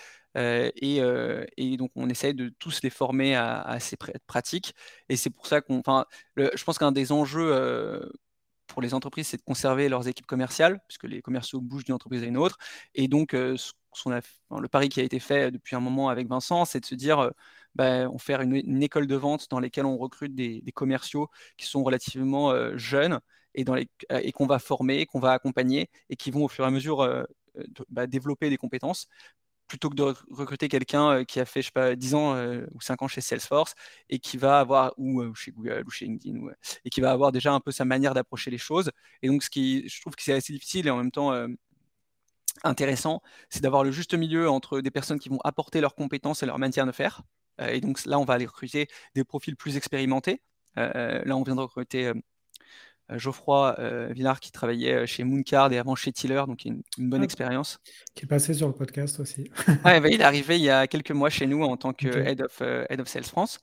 Et donc, on essaye de tous les former à ces pratiques. Et c'est pour ça je pense qu'un des enjeux pour les entreprises, c'est de conserver leurs équipes commerciales, puisque les commerciaux bougent d'une entreprise à une autre. Et donc, le pari qui a été fait depuis un moment avec Vincent, c'est de se dire, on fait une école de vente dans laquelle on recrute des commerciaux qui sont relativement jeunes et qu'on va former, qu'on va accompagner et qui vont au fur et à mesure développer des compétences plutôt que de recruter quelqu'un qui a fait, je sais pas, 10 ans ou 5 ans chez Salesforce et qui va avoir, ou chez Google ou chez LinkedIn, et qui va avoir déjà un peu sa manière d'approcher les choses. Et donc, je trouve que c'est assez difficile et en même temps intéressant, c'est d'avoir le juste milieu entre des personnes qui vont apporter leurs compétences et leur manière de faire. Et donc là, on va aller recruter des profils plus expérimentés. Là, on vient de recruter Geoffroy Villard qui travaillait chez Mooncard et avant chez Tiller, donc une bonne Ah, expérience. qui est passé sur le podcast aussi. Ah, bah, il est arrivé il y a quelques mois chez nous en tant que Ok. Head of Sales France.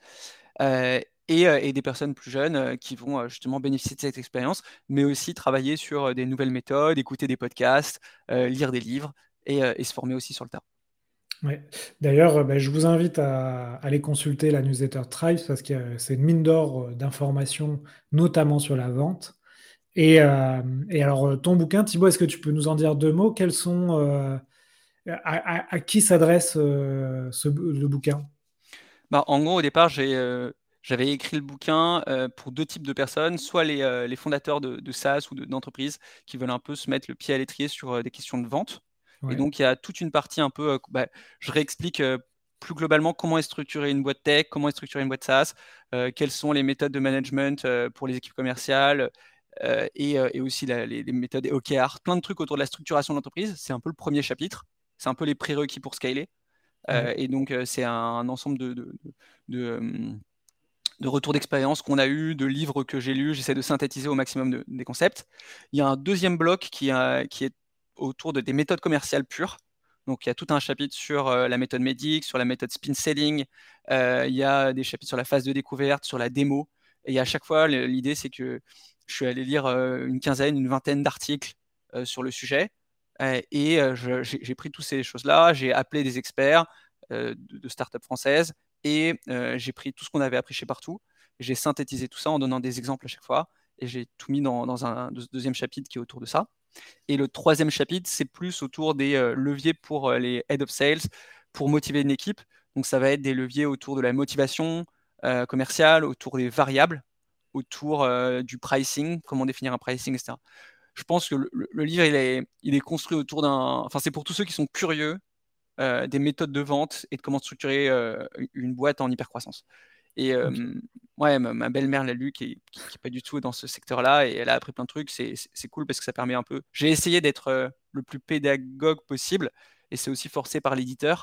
Et des personnes plus jeunes qui vont justement bénéficier de cette expérience, mais aussi travailler sur des nouvelles méthodes, écouter des podcasts, lire des livres et se former aussi sur le tas. Ouais. D'ailleurs, je vous invite à aller consulter la newsletter Thrive parce que c'est une mine d'or d'informations, notamment sur la vente. Et alors, ton bouquin, Thibaut, est-ce que tu peux nous en dire deux mots? À qui s'adresse le bouquin? Bah, en gros, au départ, j'avais écrit le bouquin pour deux types de personnes, soit les fondateurs de SaaS ou d'entreprises qui veulent un peu se mettre le pied à l'étrier sur des questions de vente. Et Ouais. donc, il y a toute une partie un peu, je réexplique plus globalement comment est structurée une boîte tech, comment est structurée une boîte SaaS, quelles sont les méthodes de management pour les équipes commerciales, et aussi les méthodes OKR, plein de trucs autour de la structuration de l'entreprise. C'est un peu le premier chapitre, c'est un peu les prérequis pour scaler. Ouais. Et donc, c'est un ensemble de, euh, de retours d'expérience qu'on a eu, de livres que j'ai lus. J'essaie de synthétiser au maximum des concepts. Il y a un deuxième bloc qui est autour des méthodes commerciales pures. Donc, il y a tout un chapitre sur la méthode MEDDIC, sur la méthode spin selling. Il y a des chapitres sur la phase de découverte, sur la démo. Et à chaque fois, l'idée, c'est que je suis allé lire une quinzaine, une vingtaine d'articles sur le sujet. J'ai pris toutes ces choses-là, j'ai appelé des experts de startups françaises et j'ai pris tout ce qu'on avait appris chez Partout, j'ai synthétisé tout ça en donnant des exemples à chaque fois et j'ai tout mis dans un deuxième chapitre qui est autour de ça. Et le troisième chapitre, c'est plus autour des leviers pour les head of sales pour motiver une équipe. Donc ça va être des leviers autour de la motivation commerciale, autour des variables, autour du pricing, comment définir un pricing, etc. Je pense que le livre, il est construit autour d'un. Enfin, c'est pour tous ceux qui sont curieux des méthodes de vente et de comment structurer une boîte en hypercroissance. Et Ok. ouais, ma belle-mère l'a lu, qui est pas du tout dans ce secteur-là, et elle a appris plein de trucs. C'est cool parce que ça permet un peu. J'ai essayé d'être le plus pédagogue possible, et c'est aussi forcé par l'éditeur,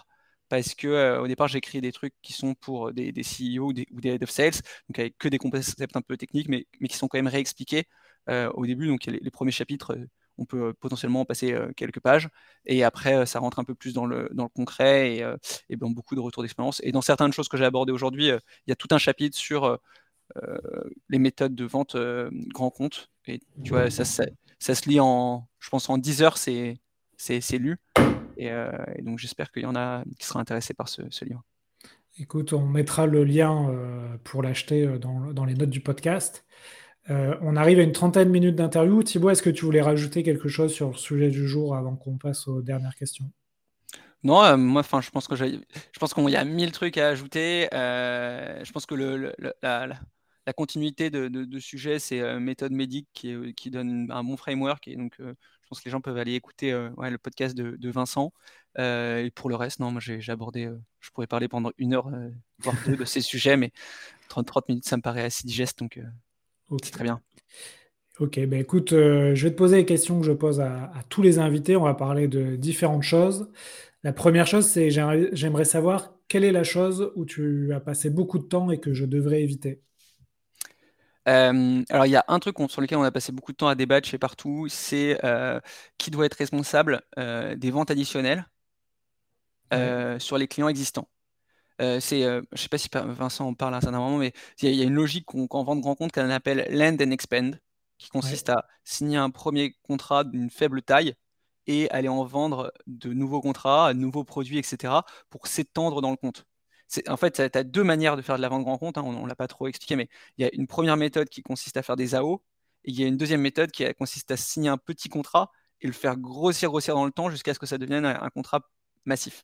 parce que au départ, j'écris des trucs qui sont pour des CEO ou des head of sales, donc avec que des concepts un peu techniques, mais qui sont quand même réexpliqués au début. Donc les premiers chapitres, on peut potentiellement en passer quelques pages, et après, ça rentre un peu plus dans le concret et dans beaucoup de retours d'expérience. Et dans certaines choses que j'ai abordées aujourd'hui, il y a tout un chapitre sur les méthodes de vente grand compte. Et tu vois, ça se lit je pense en 10 heures, c'est lu. Et donc j'espère qu'il y en a qui sera intéressé par ce livre. Écoute, on mettra le lien pour l'acheter dans les notes du podcast. On arrive à une trentaine de minutes d'interview. Thibaut, est-ce que tu voulais rajouter quelque chose sur le sujet du jour avant qu'on passe aux dernières questions? Non, moi, enfin, je pense qu'il y a 1000 trucs à ajouter. Je pense que la continuité de sujet, c'est Méthode Médic qui donne un bon framework. Et donc, je pense que les gens peuvent aller écouter le podcast de Vincent. Et pour le reste, non, moi, j'ai abordé, je pourrais parler pendant 1 heure, voire 2 de ces sujets, mais 30 minutes, ça me paraît assez digeste, donc Ok. c'est très bien. Ok, ben écoute, je vais te poser les questions que je pose à tous les invités. On va parler de différentes choses. La première chose, c'est j'aimerais savoir quelle est la chose où tu as passé beaucoup de temps et que je devrais éviter. Alors, il y a un truc sur lequel on a passé beaucoup de temps à débattre chez Partout, c'est qui doit être responsable des ventes additionnelles Ouais, sur les clients existants. Je ne sais pas si Vincent en parle à un certain moment, mais il y a une logique qu'en vente grand compte qu'on appelle land and expand, qui ouais. consiste à signer un premier contrat d'une faible taille et aller en vendre de nouveaux contrats, de nouveaux produits, etc., pour s'étendre dans le compte. En fait, tu as deux manières de faire de la vente grand compte, hein, on ne l'a pas trop expliqué, mais il y a une première méthode qui consiste à faire des AO, et il y a une deuxième méthode qui consiste à signer un petit contrat et le faire grossir, grossir dans le temps jusqu'à ce que ça devienne un contrat massif.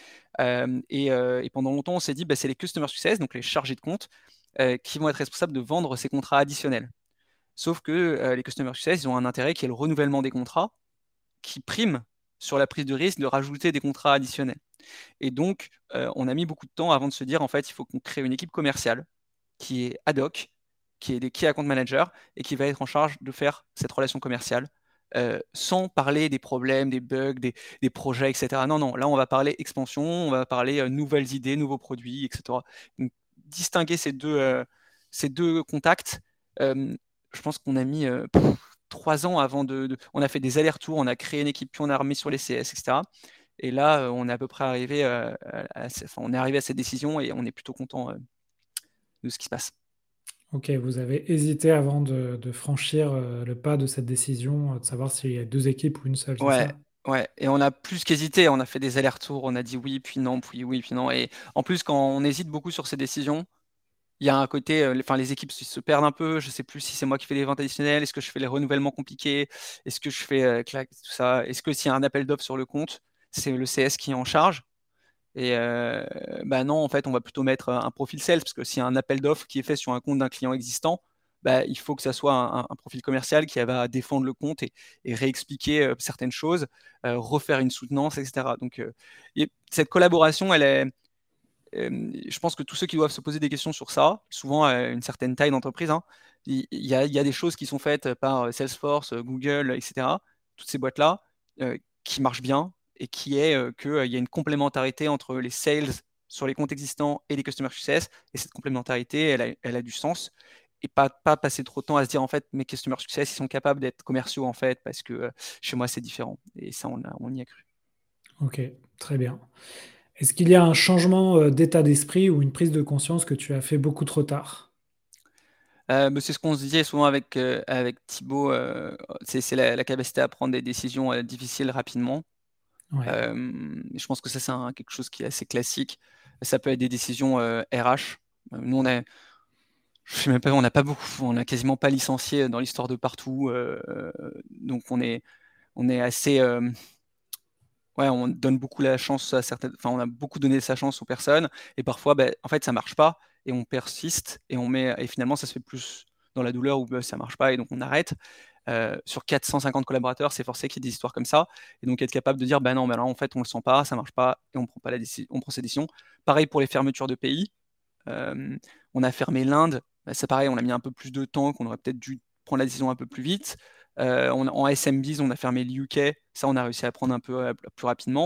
Et pendant longtemps, on s'est dit, bah, c'est les customer success, donc les chargés de compte, qui vont être responsables de vendre ces contrats additionnels. Sauf que les customer success, ils ont un intérêt qui est le renouvellement des contrats, qui prime sur la prise de risque de rajouter des contrats additionnels. Et donc, on a mis beaucoup de temps avant de se dire, en fait, il faut qu'on crée une équipe commerciale qui est ad hoc, qui est des key account managers et qui va être en charge de faire cette relation commerciale sans parler des problèmes, des bugs, des projets, etc. Non, non, là, on va parler expansion, on va parler nouvelles idées, nouveaux produits, etc. Donc, distinguer ces deux contacts, je pense qu'on a mis 3 ans avant On a fait des allers-retours, on a créé une équipe, puis on a remis sur les CS, etc. Et là, on est à peu près arrivé on est arrivé à cette décision et on est plutôt content de ce qui se passe. Ok, vous avez hésité avant de franchir le pas de cette décision, de savoir s'il y a deux équipes ou une seule, c'est Ouais, ça? ouais. Et on a plus qu'hésité, on a fait des allers-retours, on a dit oui, puis non, puis oui, puis non. Et en plus, quand on hésite beaucoup sur ces décisions, il y a un côté, les équipes se perdent un peu. Je sais plus si c'est moi qui fais les ventes additionnelles, est-ce que je fais les renouvellements compliqués, est-ce que je fais tout ça, est-ce que s'il y a un appel d'offres sur le compte, c'est le CS qui est en charge. Et bah non, en fait, on va plutôt mettre un profil sales, parce que s'il y a un appel d'offres qui est fait sur un compte d'un client existant, bah, il faut que ça soit un profil commercial qui va défendre le compte et réexpliquer certaines choses, refaire une soutenance, etc. Donc, cette collaboration, je pense que tous ceux qui doivent se poser des questions sur ça, souvent à une certaine taille d'entreprise, hein, il y a des choses qui sont faites par Salesforce, Google, etc., toutes ces boîtes-là, qui marchent bien et qui est qu'il y a une complémentarité entre les sales sur les comptes existants et les customer success. Et cette complémentarité, elle a du sens. Et pas passer trop de temps à se dire, en fait, mes customer success, ils sont capables d'être commerciaux, en fait, parce que chez moi, c'est différent. Et ça, on y a cru. Ok, très bien. Est-ce qu'il y a un changement d'état d'esprit ou une prise de conscience que tu as fait beaucoup trop tard? Mais c'est ce qu'on se disait souvent avec Thibaut, c'est la capacité à prendre des décisions difficiles rapidement. Ouais, Je pense que ça, c'est quelque chose qui est assez classique. Ça peut être des décisions RH. Nous, je sais même pas, on n'a pas beaucoup, on n'a quasiment pas licencié dans l'histoire de Partout. Donc on est assez, ouais, on donne beaucoup la chance à certaines, enfin, on a beaucoup donné sa chance aux personnes, et parfois, ben, en fait, ça marche pas, et on persiste, et finalement, ça se fait plus dans la douleur où ben, ça marche pas, et donc on arrête. Sur 450 collaborateurs, c'est forcé qu'il y ait des histoires comme ça, et donc être capable de dire, bah non, mais là, en fait, on le sent pas, ça marche pas, et on prend pas on prend ces décisions. Pareil pour les fermetures de pays. Euh, on a fermé l'Inde, bah, c'est pareil, on a mis un peu plus de temps, qu'on aurait peut-être dû prendre la décision un peu plus vite. En SMBs, on a fermé le UK, ça on a réussi à prendre un peu plus rapidement.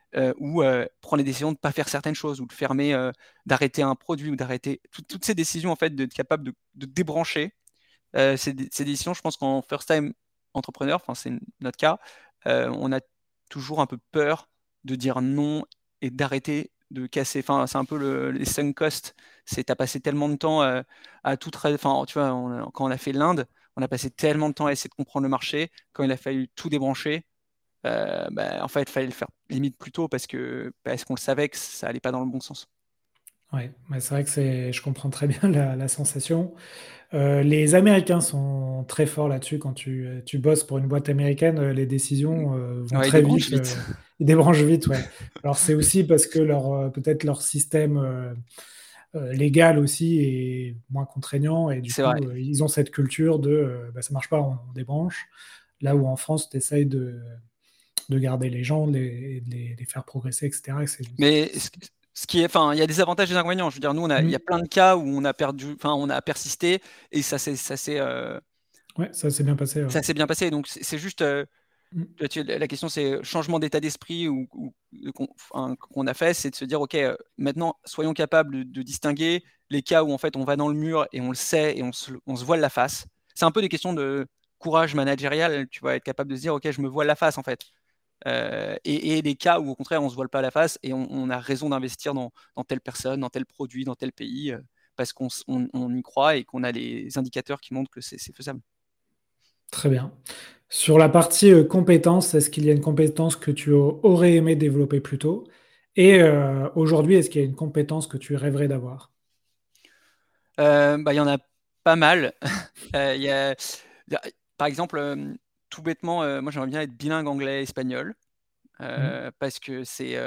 ou prendre les décisions de ne pas faire certaines choses, ou de fermer, d'arrêter un produit, ou d'arrêter toutes ces décisions en fait, d'être capable de débrancher. Ces décisions, je pense qu'en first time entrepreneur, enfin c'est notre cas, on a toujours un peu peur de dire non et d'arrêter de casser. Enfin, c'est un peu les sunk costs. C'est t'as passé tellement de temps à tout. Enfin, tu vois, quand on a fait l'Inde, on a passé tellement de temps à essayer de comprendre le marché. Quand il a fallu tout débrancher, en fait, il fallait le faire limite plus tôt parce qu'on le savait que ça allait pas dans le bon sens. Ouais, mais c'est vrai que je comprends très bien la sensation. Les Américains sont très forts là-dessus. Quand tu bosses pour une boîte américaine, les décisions vont Ouais, il très débranche vite. vite. Ils débranchent vite, ouais. Alors c'est aussi parce que peut-être leur système légal aussi est moins contraignant et du C'est vrai. coup ils ont cette culture de bah, ça marche pas, on débranche. Là où en France, tu essayes de garder les gens, de les faire progresser, etc. Mais ce qui est, enfin, il y a des avantages et des inconvénients. Je veux dire, nous, il y a Mm. plein de cas où on a perdu, enfin, on a persisté et Ouais, ça s'est bien passé. Ouais. ça s'est bien passé. Donc, c'est juste, Mm. la question, c'est changement d'état d'esprit qu'on a fait, c'est de se dire, OK, maintenant, soyons capables de distinguer les cas où, en fait, on va dans le mur et on le sait et on se voile la face. C'est un peu des questions de courage managérial. Tu vas être capable de se dire, OK, je me voile la face, en fait. Et des cas où au contraire on ne se voile pas la face et on a raison d'investir dans telle personne, dans tel produit, dans tel pays, parce qu'on y croit et qu'on a les indicateurs qui montrent que c'est faisable. Très bien. Sur la partie compétences, est-ce qu'il y a une compétence que tu aurais aimé développer plus tôt? Et aujourd'hui, est-ce qu'il y a une compétence que tu rêverais d'avoir? Il y en a pas mal. Il y a, par exemple, tout bêtement, moi j'aimerais bien être bilingue anglais-espagnol Mm. parce que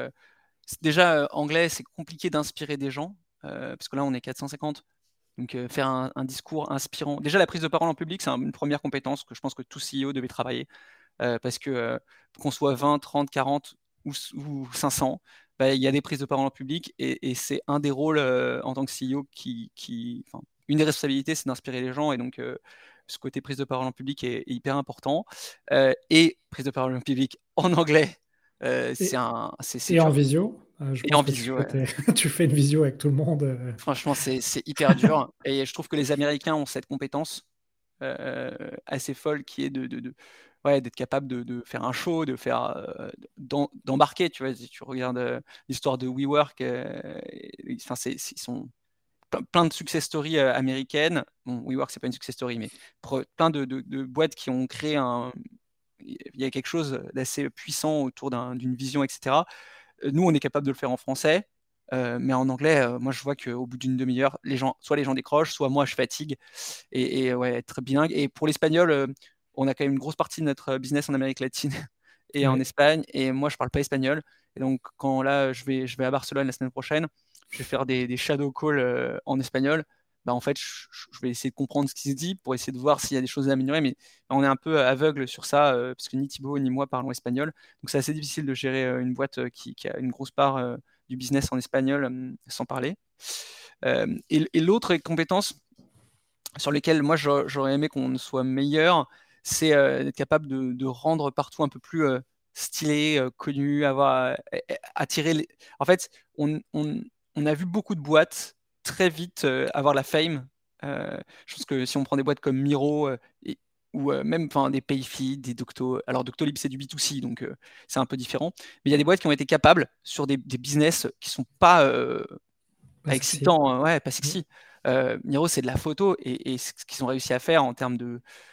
déjà anglais, c'est compliqué d'inspirer des gens parce que là on est 450. Donc, faire un discours inspirant. Déjà, la prise de parole en public, c'est une première compétence que je pense que tout CEO devait travailler. Parce que qu'on soit 20, 30, 40 ou 500, bah, il y a des prises de parole en public et c'est un des rôles en tant que CEO enfin, une des responsabilités, c'est d'inspirer les gens. Et donc, ce côté prise de parole en public est hyper important. Et prise de parole en public en anglais, Et, c'est et en dur. visio, je Et en pense que visio, ouais. tu fais une visio avec tout le monde. Franchement, c'est hyper dur. Et je trouve que les Américains ont cette compétence assez folle qui est ouais, d'être capable de faire un show, d'embarquer. Tu vois, si tu regardes l'histoire de WeWork, enfin, ils sont plein de success stories américaines. Bon, WeWork, c'est pas une success story, mais plein de boîtes qui ont créé il y a quelque chose d'assez puissant autour d'une vision, etc. Nous, on est capable de le faire en français, mais en anglais, moi, je vois qu'au bout d'une demi-heure, soit les gens décrochent, soit moi, je fatigue. Et ouais, être bilingue. Et pour l'espagnol, on a quand même une grosse partie de notre business en Amérique latine et en Ouais. Espagne. Et moi, je parle pas espagnol. Et donc, quand là, je vais à Barcelone la semaine prochaine, je vais faire des shadow calls en espagnol. Bah, en fait, je vais essayer de comprendre ce qui se dit pour essayer de voir s'il y a des choses à améliorer. Mais on est un peu aveugle sur ça parce que ni Thibaut ni moi parlons espagnol. Donc, c'est assez difficile de gérer une boîte qui a une grosse part du business en espagnol sans parler. Et l'autre compétence sur lesquels moi j'aurais aimé qu'on soit meilleur, c'est d'être capable de rendre partout un peu plus stylé, connu, attirer les... En fait, on a vu beaucoup de boîtes très vite avoir la fame. Je pense que si on prend des boîtes comme Miro ou même enfin, des Payfit, des Docto... Alors Doctolib c'est du B2C, donc c'est un peu différent. Mais il y a des boîtes qui ont été capables sur des business qui sont Pas pas sexy. excitant, ouais, pas Mm. sexy. Miro, c'est de la photo et ce qu'ils ont réussi à faire en termes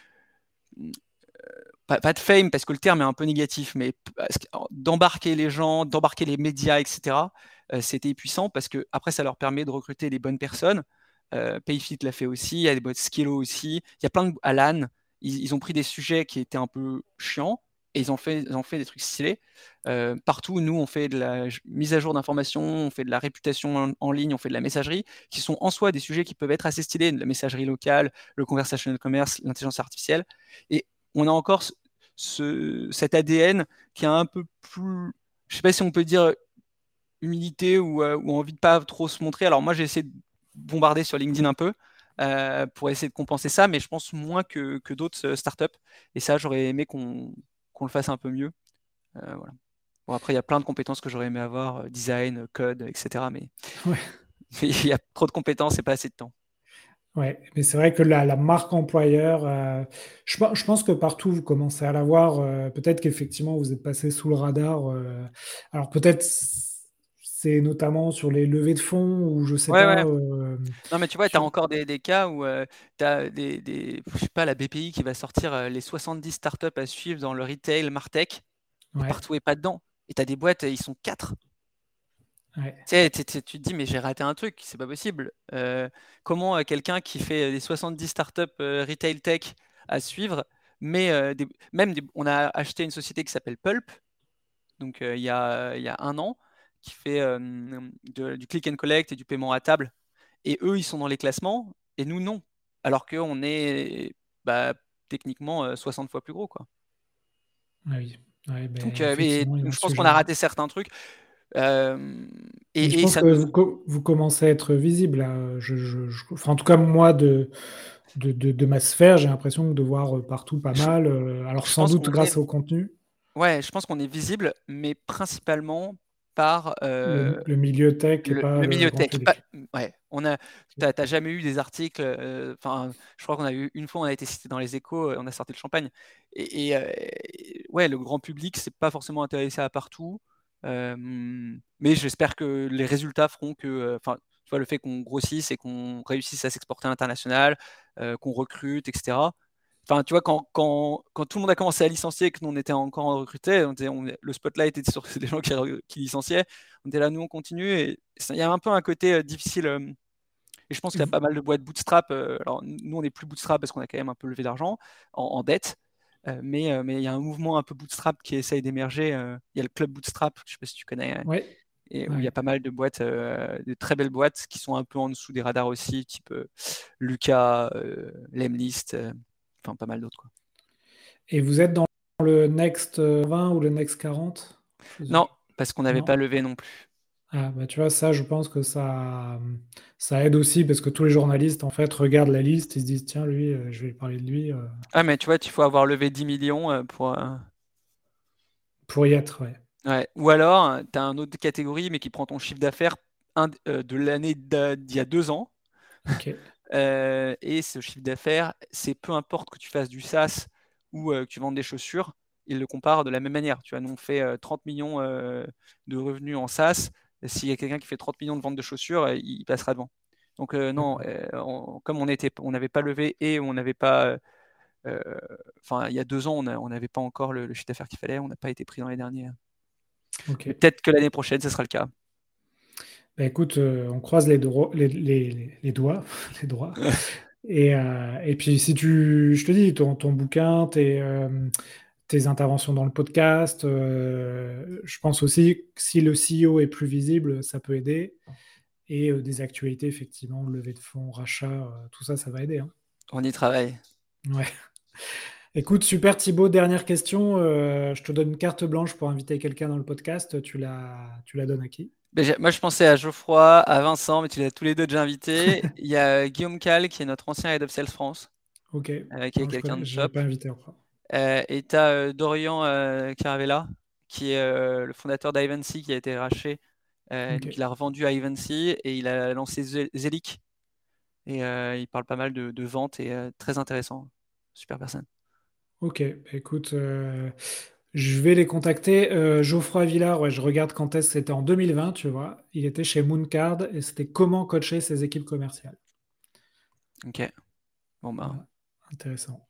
pas de fame parce que le terme est un peu négatif, mais d'embarquer les gens, d'embarquer les médias, etc. C'était puissant parce que après ça leur permet de recruter les bonnes personnes. Payfit l'a fait aussi, il y a des boîtes Skillo aussi, il y a plein de Alan, ils ont pris des sujets qui étaient un peu chiants et ils ont fait des trucs stylés. Partout, nous, on fait de la mise à jour d'informations, on fait de la réputation en ligne, on fait de la messagerie, qui sont en soi des sujets qui peuvent être assez stylés, de la messagerie locale, le conversational commerce, l'intelligence artificielle. Et on a encore cet ADN qui a un peu plus, je sais pas si on peut dire humilité ou envie de pas trop se montrer. Alors moi, j'ai essayé de bombarder sur LinkedIn un peu pour essayer de compenser ça, mais je pense moins que d'autres startups. Et ça, j'aurais aimé qu'on le fasse un peu mieux. Voilà. Bon, après, il y a plein de compétences que j'aurais aimé avoir, design, code, etc. Mais Ouais. mais il y a trop de compétences et pas assez de temps. Ouais, mais c'est vrai que la marque employeur, je pense que partout vous commencez à l'avoir. Peut-être qu'effectivement vous êtes passé sous le radar. Alors peut-être c'est notamment sur les levées de fonds ou je sais Ouais, pas. ouais. Non, mais tu vois, tu as Sur encore des cas où tu as je sais pas, la BPI qui va sortir les 70 startups à suivre dans le retail, Martech, et ouais, partout et pas dedans. Et tu as des boîtes, ils sont 4. ouais, Tu sais, tu te dis, mais j'ai raté un truc, c'est pas possible. Comment quelqu'un qui fait des 70 startups retail tech à suivre, mais on a acheté une société qui s'appelle Pulp, donc il y a 1 an, qui fait du click and collect et du paiement à table. Et eux, ils sont dans les classements, et nous, non. Alors qu'on est bah, techniquement 60 fois plus gros, quoi. ah oui, ouais, ben, Donc effectivement il y a un je pense qu'on a sujet. raté certains trucs. Euh, Mais je et pense ça que nous. vous commencez à être visible là. Enfin, en tout cas moi de ma sphère, j'ai l'impression de voir partout pas Je, mal. Alors je sans pense doute qu'on est. grâce au contenu. Ouais, je pense qu'on est visible, mais principalement par Le milieu tech et pas le le milieu grand tech. public. Ouais, t'as jamais eu des articles. Enfin, je crois qu'on a eu une fois, on a été cité dans les Échos, on a sorti le champagne. Ouais, le grand public, c'est pas forcément intéressé à partout. Euh, mais j'espère que les résultats feront que, enfin, tu vois, le fait qu'on grossisse et qu'on réussisse à s'exporter à l'international, qu'on recrute, etc. Enfin, tu vois, quand tout le monde a commencé à licencier et que nous, on était encore en recruter, le spotlight était sur des gens qui licenciaient. On était là, nous, on continue. Et il y a un peu un côté difficile. Et je pense qu'il y a pas mal de boîtes bootstrap. Alors, nous, on n'est plus bootstrap parce qu'on a quand même un peu levé d'argent en dette. Mais il y a un mouvement un peu bootstrap qui essaye d'émerger. Il y a le club bootstrap, je ne sais pas si tu connais, Ouais, et où il y a ouais. pas mal de boîtes, de très belles boîtes qui sont un peu en dessous des radars aussi, type Lucas, Lemlist, enfin pas mal d'autres, quoi. Et vous êtes dans le Next 20 ou le Next 40? Non, parce qu'on n'avait pas Non? levé non plus. Ah, bah, tu vois, ça, je pense que ça aide aussi parce que tous les journalistes, en fait, regardent la liste et se disent, tiens, lui, je vais parler de lui Ah, mais tu vois, il faut avoir levé 10 millions pour. pour y être, ouais. Ouais. Ou alors, tu as une autre catégorie, mais qui prend ton chiffre d'affaires de l'année d'il y a 2 ans. Ok. Et ce chiffre d'affaires, c'est peu importe que tu fasses du SaaS ou que tu vendes des chaussures, ils le comparent de la même manière. Tu vois, nous, on fait 30 millions de revenus en SaaS. S'il y a quelqu'un qui fait 30 millions de ventes de chaussures, il passera devant. Donc, non, D'accord. comme on n'avait pas levé et on n'avait pas. euh, Enfin, il y a 2 ans, on n'avait pas encore le chiffre d'affaires qu'il fallait. On n'a pas été pris dans les derniers. Ok. Mais peut-être que l'année prochaine, ce sera le cas. Bah, écoute, on croise les doigts, les doigts. Et puis, si je te dis, ton bouquin, tes interventions dans le podcast, je pense aussi que si le CEO est plus visible, ça peut aider. Et des actualités, effectivement, levée de fonds, rachat, tout ça, ça va aider, hein. On y travaille. Ouais. Écoute, super Thibaut, dernière question. Je te donne une carte blanche pour inviter quelqu'un dans le podcast. Tu la donnes à qui? Ben, moi, je pensais à Geoffroy, à Vincent, mais tu les as tous les deux déjà invités. Il y a Guillaume Cal, qui est notre ancien Head of Sales France, Ok. qui est Non, quelqu'un de je l'ai top. pas invité encore. Et tu as Dorian Caravella, qui est le fondateur d'Ivancy, qui a été racheté. Donc, Ok. il a revendu à Ivancy et il a lancé Zelic. Et il parle pas mal de ventes et très intéressant. Super personne. Ok. Bah, écoute, je vais les contacter. Geoffroy Villard, ouais, je regarde quand est-ce que c'était en 2020, tu vois. Il était chez Mooncard et c'était comment coacher ses équipes commerciales. Ok. Bon, bah, Voilà. Intéressant.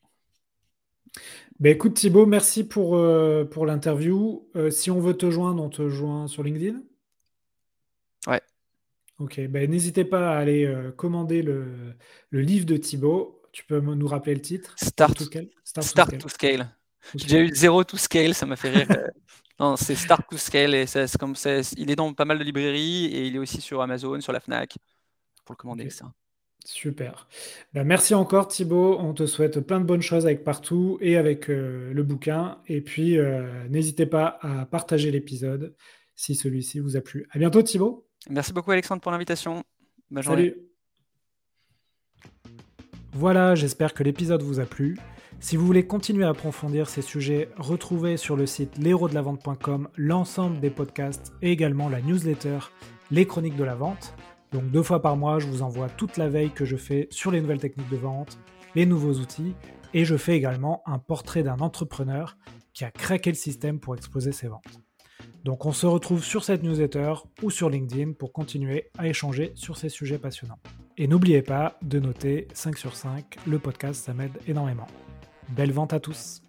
Ben écoute Thibaut, merci pour l'interview. Si on veut te joindre, on te joint sur LinkedIn. ouais. Ok, ben n'hésitez pas à aller commander le livre de Thibaut. Tu peux nous rappeler le titre? Start to Start, Scale? Start to start Scale. to scale. J'ai Ok, déjà eu Zero to scale, ça m'a fait rire. Non, c'est Start to Scale et c'est comme il est dans pas mal de librairies et il est aussi sur Amazon, sur la Fnac pour le commander, ok, etc. super. Ben, merci encore Thibaut. On te souhaite plein de bonnes choses avec Partout et avec le bouquin. Et puis, n'hésitez pas à partager l'épisode si celui-ci vous a plu. À bientôt Thibaut. Merci beaucoup Alexandre pour l'invitation. Bonne journée. Salut. Voilà, j'espère que l'épisode vous a plu. Si vous voulez continuer à approfondir ces sujets, retrouvez sur le site leshéros-de-la-vente.com l'ensemble des podcasts et également la newsletter Les Chroniques de la Vente. Donc 2 fois par mois, je vous envoie toute la veille que je fais sur les nouvelles techniques de vente, les nouveaux outils, et je fais également un portrait d'un entrepreneur qui a craqué le système pour exploser ses ventes. Donc on se retrouve sur cette newsletter ou sur LinkedIn pour continuer à échanger sur ces sujets passionnants. Et n'oubliez pas de noter 5 sur 5, le podcast ça m'aide énormément. Belle vente à tous!